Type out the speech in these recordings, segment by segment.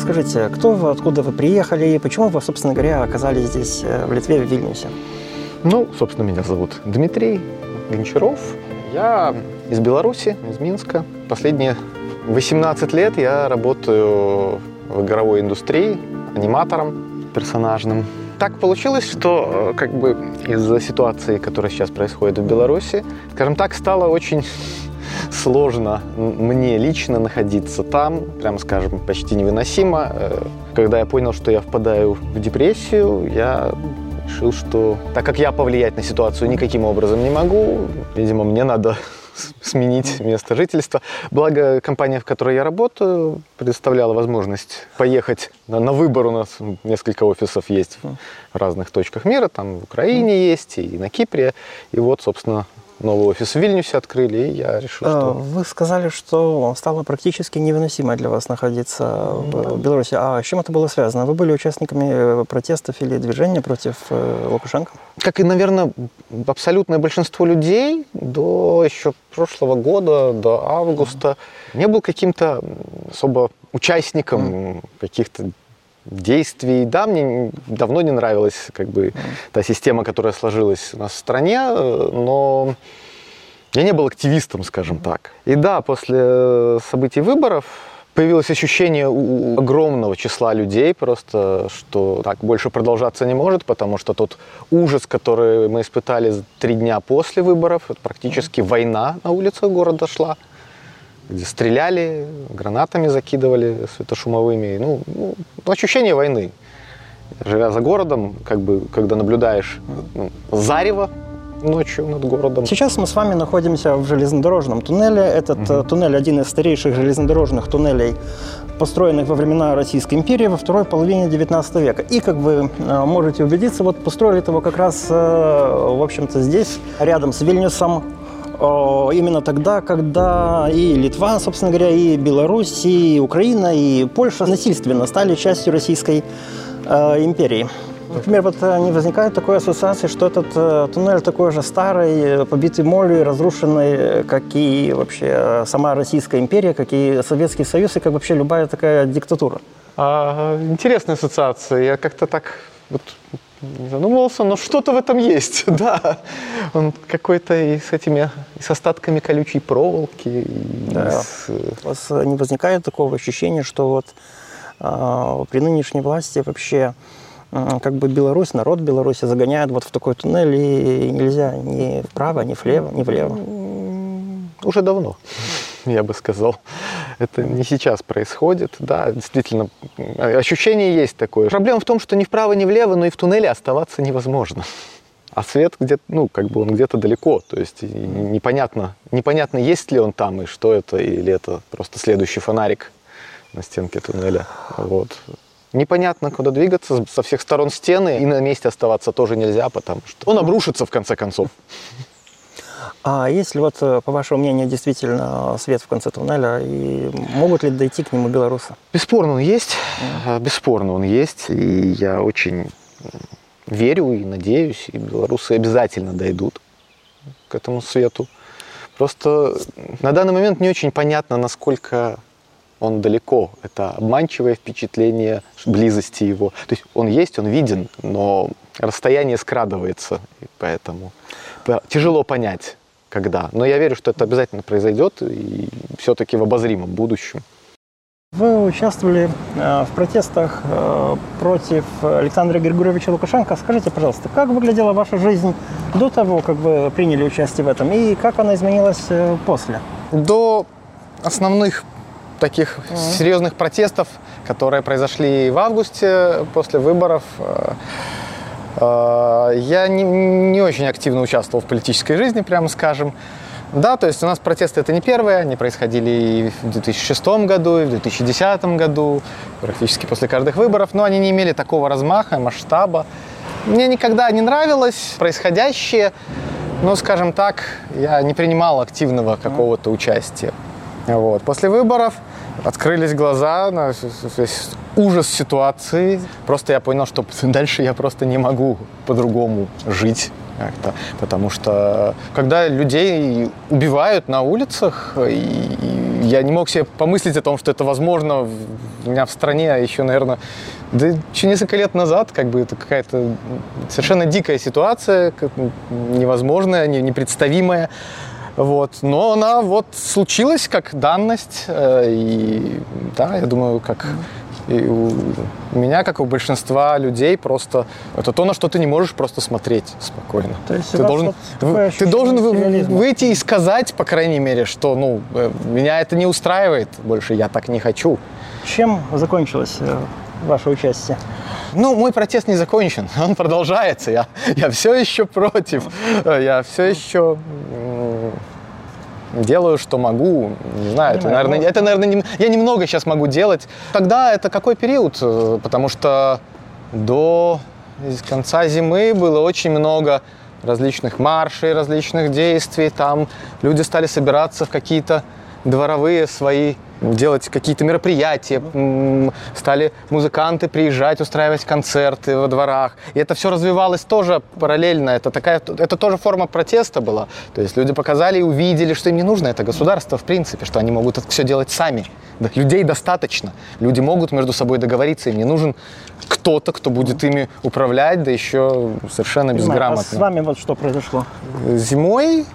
Скажите, кто вы, откуда вы приехали и почему вы, собственно говоря, оказались здесь, в Литве, в Вильнюсе? Ну, собственно, меня зовут Дмитрий Гончаров. Я из Беларуси, из Минска. Последние 18 лет я работаю в игровой индустрии аниматором персонажным. Так получилось, что из-за ситуации, которая сейчас происходит в Беларуси, скажем так, стало очень сложно мне лично находиться там, прямо скажем, почти невыносимо. Когда я понял, что я впадаю в депрессию, я решил, что так как я повлиять на ситуацию никаким образом не могу, видимо, мне надо сменить место жительства. Благо, компания, в которой я работаю, предоставляла возможность поехать на выбор. У нас несколько офисов есть в разных точках мира. Там в Украине есть, и на Кипре. И вот, собственно, новый офис в Вильнюсе открыли, и я решил, что... Вы сказали, что стало практически невыносимо для вас находиться в Беларуси. А с чем это было связано? Вы были участниками протестов или движения против Лукашенко? Как и, наверное, абсолютное большинство людей до еще прошлого года, до августа, не был каким-то особо участником каких-то действий. Да, мне давно не нравилась та система, которая сложилась у нас в стране, но я не был активистом, скажем так. И да, после событий выборов появилось ощущение у огромного числа людей просто, что так больше продолжаться не может, потому что тот ужас, который мы испытали за 3 дня после выборов, это практически война на улицах города шла, где стреляли, гранатами закидывали светошумовыми. Ощущение войны. Живя за городом, когда наблюдаешь зарево ночью над городом. Сейчас мы с вами находимся в железнодорожном туннеле. Этот туннель один из старейших железнодорожных туннелей, построенных во времена Российской империи во второй половине 19 века. И, как вы можете убедиться, построили его как раз, в общем-то, здесь, рядом с Вильнюсом, именно тогда, когда и Литва, собственно говоря, и Беларусь, и Украина, и Польша насильственно стали частью Российской империи. Например, не возникает такой ассоциации, что этот туннель такой же старый, побитый молью и разрушенный, как и вообще сама Российская империя, как и Советский Союз, и как вообще любая такая диктатура. Интересная ассоциация. Я как-то так не задумывался, но что-то в этом есть, да. Он какой-то и с остатками колючей проволоки. Да. У вас не возникает такого ощущения, что при нынешней власти вообще Беларусь, народ Беларуси загоняют в такой туннель, и нельзя ни вправо, ни влево, ни влево? Уже давно, я бы сказал. Это не сейчас происходит. Да, действительно, ощущение есть такое. Проблема в том, что ни вправо, ни влево, но и в туннеле оставаться невозможно. А свет где-то, он где-то далеко. То есть непонятно, есть ли он там, и что это, или это просто следующий фонарик на стенке туннеля. Непонятно, куда двигаться, со всех сторон стены, и на месте оставаться тоже нельзя, потому что он обрушится в конце концов. А есть ли, по вашему мнению, действительно свет в конце туннеля, и могут ли дойти к нему белорусы? Бесспорно он есть, и я очень верю и надеюсь, и белорусы обязательно дойдут к этому свету. Просто на данный момент не очень понятно, насколько он далеко. Это обманчивое впечатление близости его. То есть он есть, он виден, но расстояние скрадывается, и поэтому тяжело понять, когда. Но я верю, что это обязательно произойдет, и все-таки в обозримом будущем. Вы участвовали в протестах против Александра Григорьевича Лукашенко. Скажите, пожалуйста, как выглядела ваша жизнь до того, как вы приняли участие в этом, и как она изменилась после? До основных таких серьезных протестов, которые произошли в августе после выборов, я не очень активно участвовал в политической жизни, прямо скажем. Да, то есть у нас протесты это не первые, они происходили и в 2006 году, и в 2010 году, практически после каждых выборов, но они не имели такого размаха, масштаба. Мне никогда не нравилось происходящее, но, скажем так, я не принимал активного какого-то участия. После выборов открылись глаза на весь ужас ситуации. Просто я понял, что дальше я просто не могу по-другому жить. Потому что когда людей убивают на улицах, и я не мог себе помыслить о том, что это возможно у меня в стране, а еще, наверное, да еще несколько лет назад, как бы это какая-то совершенно дикая ситуация, невозможная, непредставимая. Вот. Но она вот случилась как данность. И да, я думаю, как и у меня, как и у большинства людей, просто это то, на что ты не можешь просто смотреть спокойно. То есть ты должен выйти и сказать, по крайней мере, что меня это не устраивает больше, я так не хочу. Чем закончилось ваше участие? Мой протест не закончен, он продолжается. Я все еще против. Я все еще делаю, что могу. Не знаю, это, наверное, я немного сейчас могу делать. Тогда это какой период? Потому что до конца зимы было очень много различных маршей, различных действий. Там люди стали собираться в какие-то дворовые свои, делать какие-то мероприятия, стали музыканты приезжать, устраивать концерты во дворах. И это все развивалось тоже параллельно. Это тоже форма протеста была. То есть люди показали и увидели, что им не нужно это государство в принципе, что они могут это все делать сами. Да, людей достаточно. Люди могут между собой договориться, им не нужен кто-то, кто будет ими управлять, да еще совершенно безграмотно. А с вами вот что произошло? Зимой,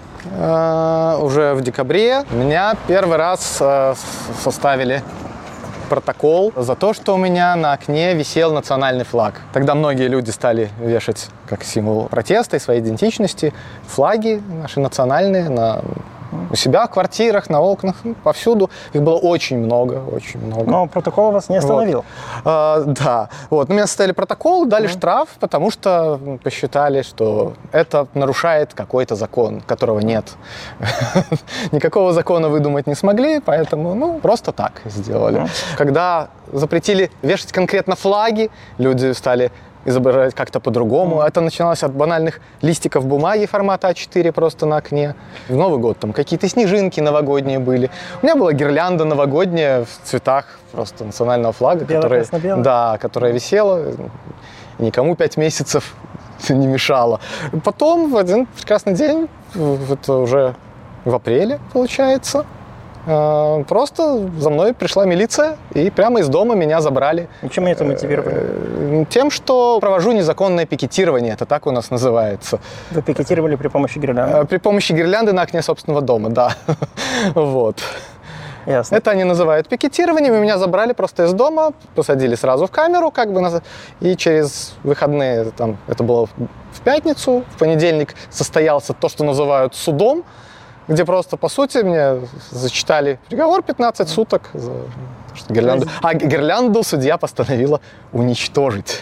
уже в декабре, меня первый раз составили протокол за то, что у меня на окне висел национальный флаг. Тогда многие люди стали вешать как символ протеста и своей идентичности флаги наши национальные у себя в квартирах, на окнах, повсюду. Их было очень много, очень много. Но протокол вас не остановил. Да. Вот. Меня составили протокол, дали штраф, потому что посчитали, что это нарушает какой-то закон, которого нет. Никакого закона выдумать не смогли, поэтому, просто так сделали. Когда запретили вешать конкретно флаги, люди стали изображать как-то по-другому. Это начиналось от банальных листиков бумаги формата А4 просто на окне. В Новый год там какие-то снежинки новогодние были. У меня была гирлянда новогодняя в цветах просто национального флага, которая висела. И никому 5 месяцев не мешала. Потом в один прекрасный день, это уже в апреле, получается, просто за мной пришла милиция и прямо из дома меня забрали. И чем это мотивировали? Тем, что провожу незаконное пикетирование, это так у нас называется. Вы пикетировали при помощи гирлянды? При помощи гирлянды на окне собственного дома, да. Вот. Ясно. Это они называют пикетированием, и меня забрали просто из дома, посадили сразу в камеру, и через выходные, это было в пятницу, в понедельник состоялся то, что называют судом, где просто, по сути, мне зачитали приговор 15 суток за гирлянду. А гирлянду судья постановила уничтожить.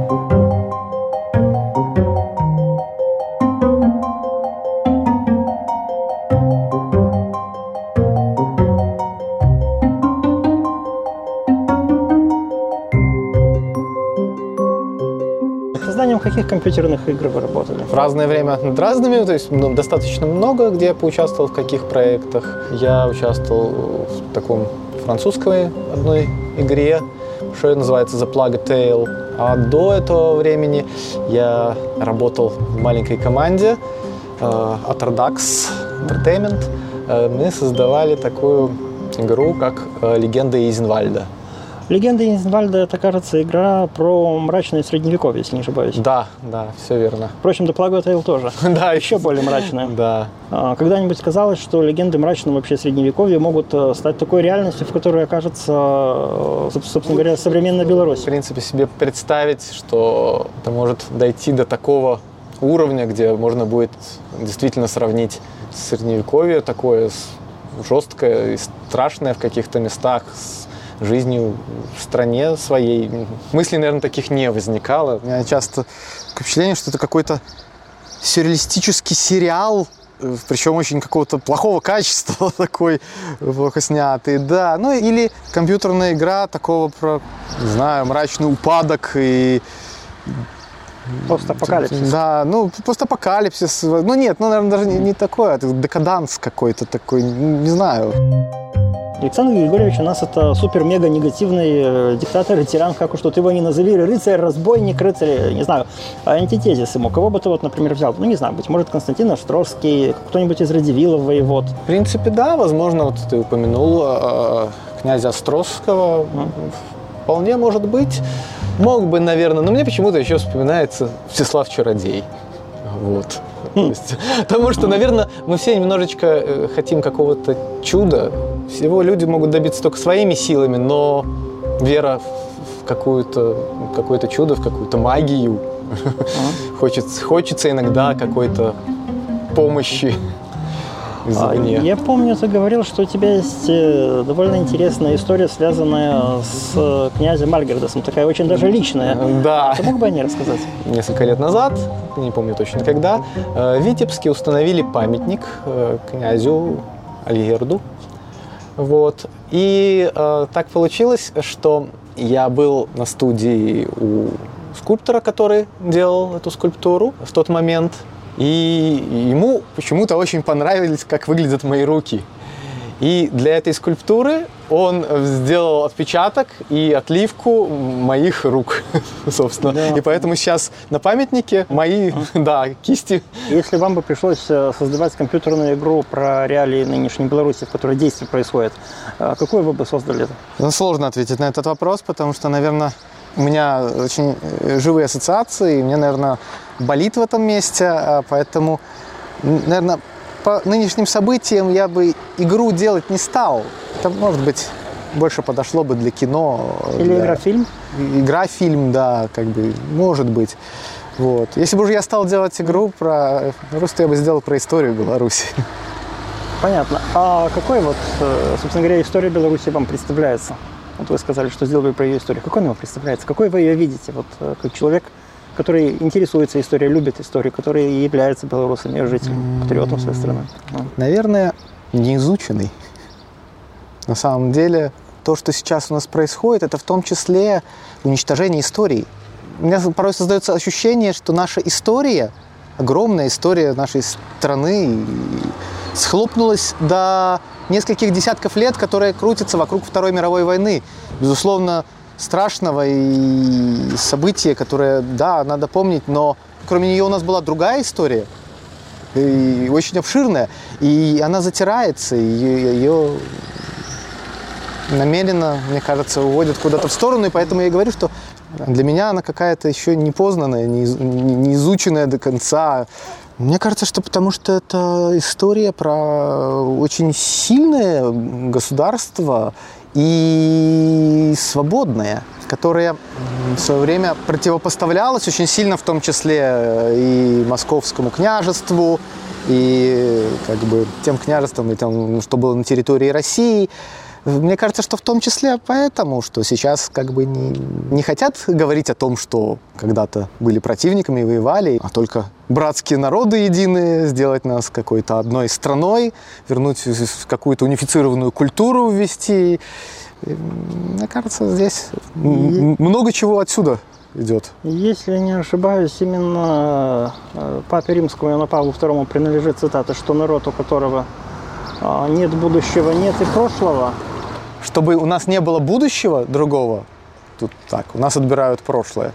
Созданием каких компьютерных игр вы работали? В разное время над разными, то есть достаточно много, где я поучаствовал, в каких проектах. Я участвовал в таком французской одной игре, что называется The Plague Tale. А до этого времени я работал в маленькой команде Atardax Entertainment. Мы создавали такую игру, как «Легенда Изенвальда». «Легенда Изенвальда» — это, кажется, игра про мрачное средневековье, если не ошибаюсь. Да, все верно. Впрочем, The Plague Tale тоже. Да, еще более мрачная. Да. Когда-нибудь казалось, что легенды мрачного вообще средневековья могут стать такой реальностью, в которой окажется, собственно говоря, современная Беларусь. В принципе, себе представить, что это может дойти до такого уровня, где можно будет действительно сравнить средневековье такое жесткое и страшное в каких-то местах с жизнью в стране своей. Мыслей, наверное, таких не возникало. У меня часто впечатление, что это какой-то сюрреалистический сериал, причем очень какого-то плохого качества, такой плохо снятый, да. Или компьютерная игра такого про, не знаю, мрачный упадок и... Постапокалипсис. Да, постапокалипсис. Нет, наверное, даже не такое, это декаданс какой-то такой, не знаю. Александр Григорьевич у нас это супер-мега-негативный диктатор и тиран, как уж тут его не назови, рыцарь, разбойник, рыцарь, не знаю, антитезис ему. Кого бы ты, вот, например, взял? Ну, не знаю, быть может, Константин Острозский, кто-нибудь из Радивилов воевод. В принципе, да, возможно, вот ты упомянул князя Острозского. Вполне может быть. Мог бы, наверное, но мне почему-то еще вспоминается Всеслав Чародей. Вот. Потому что, наверное, мы все немножечко хотим какого-то чуда. Всего люди могут добиться только своими силами, но вера в какое-то чудо, в какую-то магию. Хочется иногда какой-то помощи извне. Я помню, ты говорил, что у тебя есть довольно интересная история, связанная с князем Альгердесом, такая очень даже личная. Да. Ты мог бы о ней рассказать? Несколько лет назад, не помню точно когда, в Витебске установили памятник князю Альгерду. Вот. И так получилось, что я был на студии у скульптора, который делал эту скульптуру в тот момент. И ему почему-то очень понравились, как выглядят мои руки. И для этой скульптуры он сделал отпечаток и отливку моих рук, собственно. Да. И поэтому сейчас на памятнике мои, кисти. Если вам бы пришлось создавать компьютерную игру про реалии нынешней Беларуси, в которой действие происходит, какую вы бы создали? Ну, сложно ответить на этот вопрос, потому что, наверное, у меня очень живые ассоциации, и мне, наверное, болит в этом месте, поэтому, наверное, по нынешним событиям я бы игру делать не стал. Это, может быть, больше подошло бы для кино. Или игра-фильм? Игра-фильм, да, как бы, может быть. Вот. Если бы уже я стал делать игру про Беларусь, то я бы сделал про историю Беларуси. Понятно. А какой вот, собственно говоря, история Беларуси вам представляется? Вот вы сказали, что сделали про ее историю. Какой она вам представляется? Какой вы ее видите? Вот как человек, который интересуется историей, любит историю, который является белорусом, ее жителем, патриотом своей страны. Наверное, неизученный. На самом деле, то, что сейчас у нас происходит, это в том числе уничтожение истории. У меня порой создается ощущение, что наша история, огромная история нашей страны, схлопнулась до нескольких десятков лет, которые крутятся вокруг Второй мировой войны. Безусловно, страшного и события, которое, да, надо помнить, но кроме нее у нас была другая история, и очень обширная, и она затирается, и ее намеренно, мне кажется, уводят куда-то в сторону, и поэтому я и говорю, что для меня она какая-то еще непознанная, не изученная до конца. Мне кажется, что потому что это история про очень сильное государство и свободное, которое в свое время противопоставлялось очень сильно, в том числе и Московскому княжеству, и как бы тем княжествам, и тем, что было на территории России. Мне кажется, что в том числе поэтому, что сейчас как бы не хотят говорить о том, что когда-то были противниками и воевали, а только братские народы единые, сделать нас какой-то одной страной, вернуть какую-то унифицированную культуру ввести. Мне кажется, здесь много чего отсюда идет. Если я не ошибаюсь, именно Папе Римскому Иоанну Павлу II принадлежит цитата, что народ, у которого нет будущего, нет и прошлого. Чтобы у нас не было будущего другого, тут так, у нас отбирают прошлое.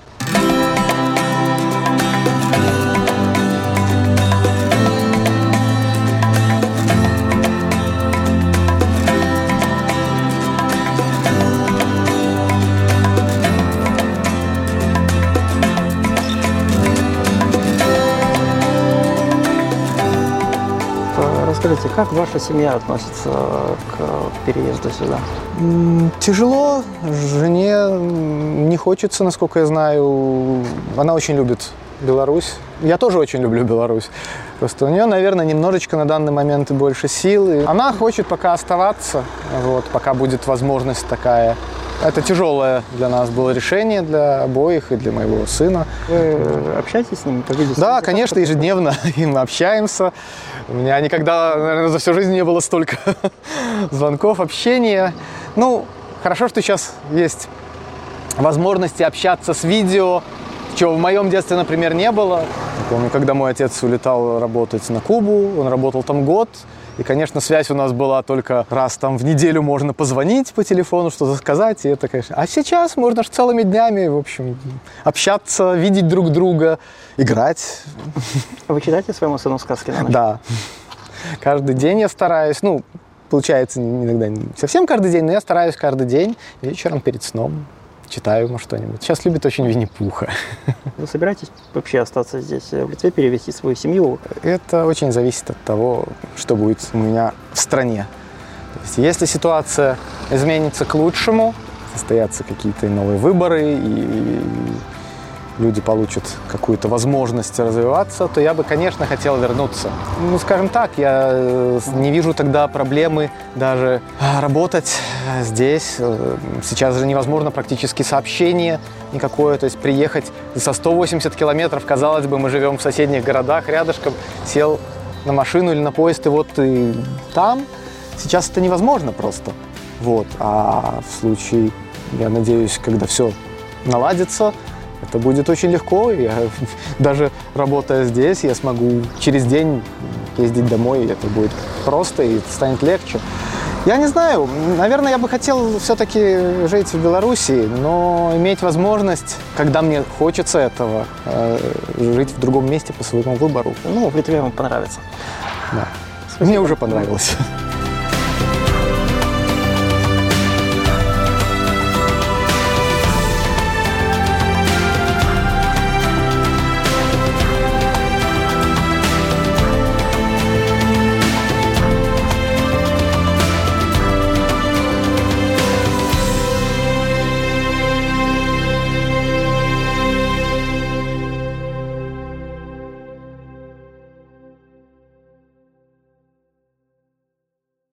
Скажите, как ваша семья относится к переезду сюда? Тяжело. Жене не хочется, насколько я знаю. Она очень любит Беларусь. Я тоже очень люблю Беларусь. Просто у нее, наверное, немножечко на данный момент больше сил. И она хочет пока оставаться, вот, пока будет возможность такая. Это тяжелое для нас было решение, для обоих и для моего сына. Вы общаетесь с ним по видеосвязи? Да, конечно, ежедневно и мы общаемся. У меня никогда, наверное, за всю жизнь не было столько звонков, общения. Ну, хорошо, что сейчас есть возможности общаться с видео, чего в моем детстве, например, не было. Я помню, когда мой отец улетал работать на Кубу, он работал там год, И, конечно, связь у нас была только раз там в неделю можно позвонить по телефону, что-то сказать, и это, конечно... А сейчас можно же целыми днями, в общем, общаться, видеть друг друга, играть. Вы читаете своему сыну сказки на ночь? Да. Каждый день я стараюсь, ну, получается иногда не совсем каждый день, но я стараюсь каждый день вечером перед сном читаю ему что-нибудь. Сейчас любит очень Винни-Пуха. Вы собираетесь вообще остаться здесь, в Литве, перевести свою семью? Это очень зависит от того, что будет у меня в стране. То есть, если ситуация изменится к лучшему, состоятся какие-то новые выборы, и люди получат какую-то возможность развиваться, то я бы, конечно, хотел вернуться. Ну, скажем так, я не вижу тогда проблемы даже работать здесь. Сейчас же невозможно практически сообщение никакое, то есть приехать за 180 километров, казалось бы, мы живем в соседних городах рядышком, сел на машину или на поезд, и вот ты там. Сейчас это невозможно просто. Вот. А в случае, я надеюсь, когда все наладится, это будет очень легко. Я, даже работая здесь, я смогу через день ездить домой, и это будет просто, и это станет легче. Я не знаю, наверное, я бы хотел все-таки жить в Беларуси, но иметь возможность, когда мне хочется этого, жить в другом месте по своему выбору. Ну, в Литве вам понравится. Да. Мне уже понравилось.